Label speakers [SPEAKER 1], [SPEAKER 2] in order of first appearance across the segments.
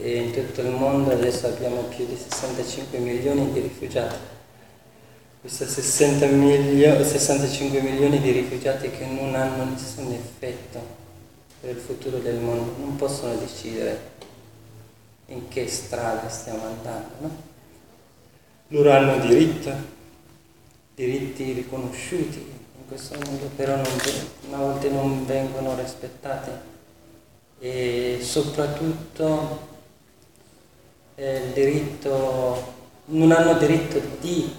[SPEAKER 1] E in tutto il mondo adesso abbiamo più di 65 milioni di rifugiati. Questi 65 milioni di rifugiati che non hanno nessun effetto per il futuro del mondo, non possono decidere in che strada stiamo andando, no? Loro hanno diritti riconosciuti in questo mondo, però a volte non vengono rispettati e soprattutto non hanno diritto di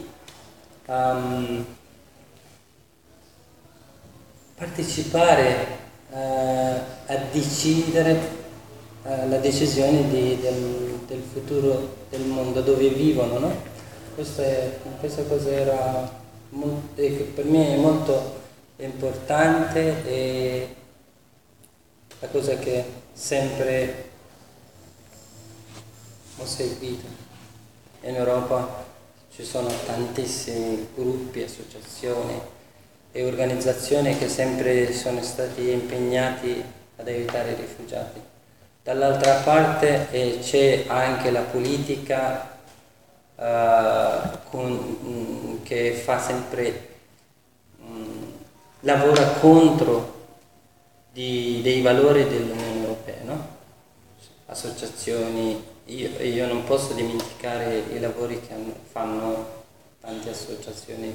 [SPEAKER 1] partecipare a decidere la decisione del futuro del mondo dove vivono, no? Questa cosa era per me è molto importante e la cosa che sempre ho seguito. In Europa ci sono tantissimi gruppi, associazioni e organizzazioni che sempre sono stati impegnati ad aiutare i rifugiati. Dall'altra parte c'è anche la politica che fa sempre lavora contro dei valori dell'Unione Europea, no? Associazioni, io non posso dimenticare i lavori che fanno tante associazioni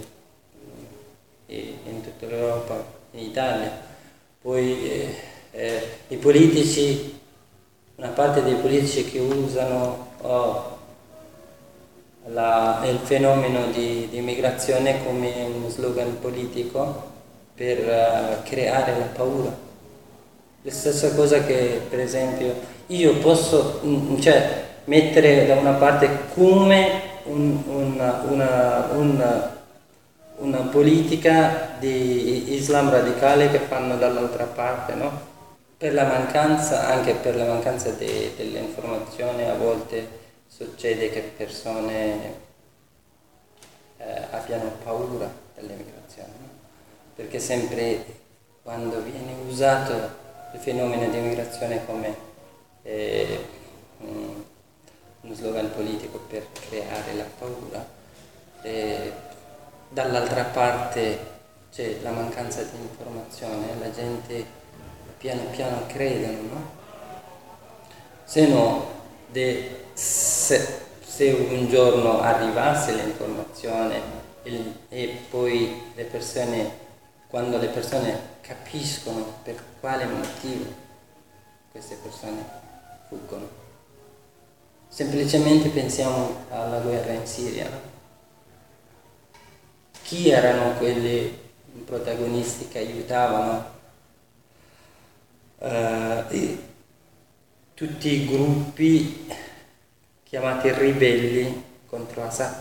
[SPEAKER 1] in tutta l'Europa, in Italia. Poi i politici, una parte dei politici che usano il fenomeno di immigrazione come uno slogan politico per creare la paura. La stessa cosa che, per esempio, io posso mettere da una parte come una politica di Islam radicale che fanno dall'altra parte, no? Anche per la mancanza delle informazioni, a volte succede che persone abbiano paura dell'immigrazione, no? Perché sempre quando viene usato il fenomeno di immigrazione come uno slogan politico per creare la paura, dall'altra parte c'è la mancanza di informazione, la gente piano piano credono, no? Se un giorno arrivasse l'informazione e poi quando le persone capiscono per quale motivo queste persone fuggono. Semplicemente pensiamo alla guerra in Siria, no? Chi erano quelli protagonisti che aiutavano tutti i gruppi chiamati ribelli contro Assad?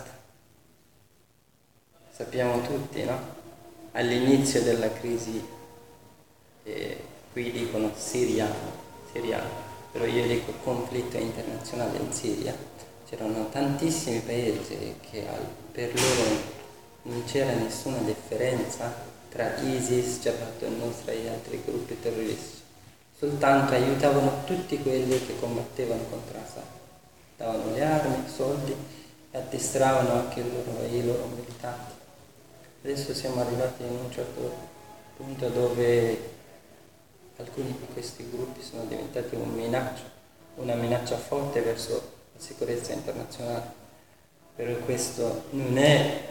[SPEAKER 1] Sappiamo tutti, no? All'inizio della crisi, qui dicono siriano, però io dico conflitto internazionale in Siria, c'erano tantissimi paesi che per loro non c'era nessuna differenza tra ISIS, Jabhat al-Nusra e altri gruppi terroristici, soltanto aiutavano tutti quelli che combattevano contro Assad, davano le armi, i soldi e addestravano anche i loro militanti. Adesso siamo arrivati in un certo punto dove alcuni di questi gruppi sono diventati una minaccia forte verso la sicurezza internazionale. Però questo non è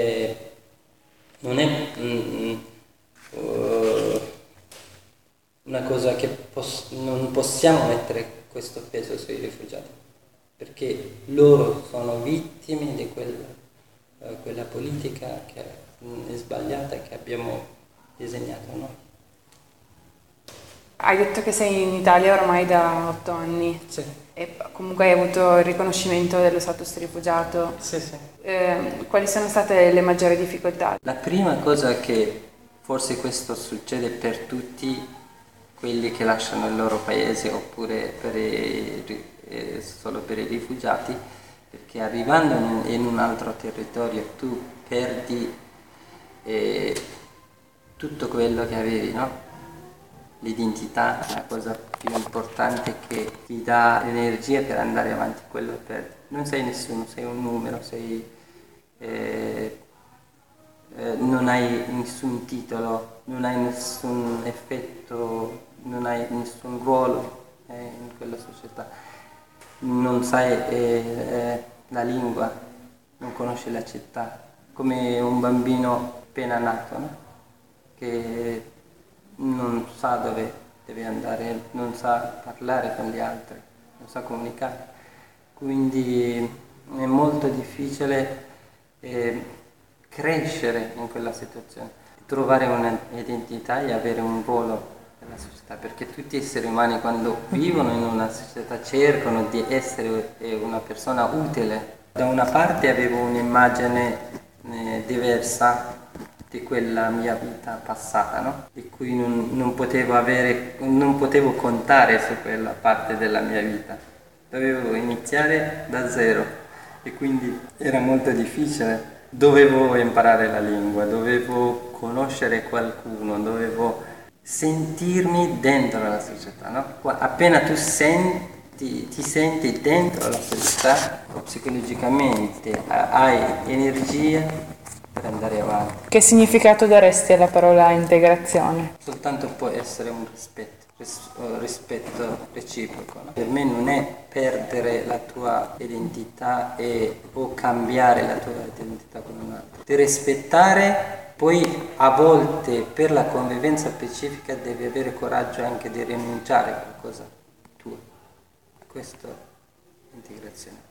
[SPEAKER 1] una cosa che non possiamo mettere questo peso sui rifugiati, perché loro sono vittime di quella politica che è sbagliata che abbiamo disegnato noi.
[SPEAKER 2] Hai detto che sei in Italia ormai da 8 anni.
[SPEAKER 1] Sì.
[SPEAKER 2] E comunque hai avuto il riconoscimento dello status rifugiato.
[SPEAKER 1] Sì, sì.
[SPEAKER 2] Quali sono state le maggiori difficoltà?
[SPEAKER 1] La prima cosa che forse questo succede per tutti quelli che lasciano il loro paese oppure solo per i rifugiati, perché arrivando in un altro territorio tu perdi tutto quello che avevi, no? l'identità è la cosa più importante che ti dà energia per andare avanti, non sei nessuno, sei un numero, non hai nessun titolo, non hai nessun effetto, non hai nessun ruolo in quella società, non sai la lingua, non conosci la città, come un bambino appena nato, no? Che non sa dove deve andare, non sa parlare con gli altri, non sa comunicare. Quindi è molto difficile crescere in quella situazione, trovare un'identità e avere un ruolo nella società, perché tutti gli esseri umani quando vivono in una società cercano di essere una persona utile. Da una parte avevo un'immagine diversa di quella mia vita passata, no? Di cui non potevo contare su quella parte della mia vita. Dovevo iniziare da zero e quindi era molto difficile. Dovevo imparare la lingua, dovevo conoscere qualcuno, dovevo sentirmi dentro la società, no? Appena tu ti senti dentro la società, psicologicamente hai energia per andare avanti.
[SPEAKER 2] Che significato daresti alla parola integrazione?
[SPEAKER 1] Soltanto può essere un rispetto reciproco, no? Per me non è perdere la tua identità o cambiare la tua identità con un altro. Di rispettare, poi a volte per la convivenza specifica devi avere coraggio anche di rinunciare a qualcosa tuo. Questo è integrazione.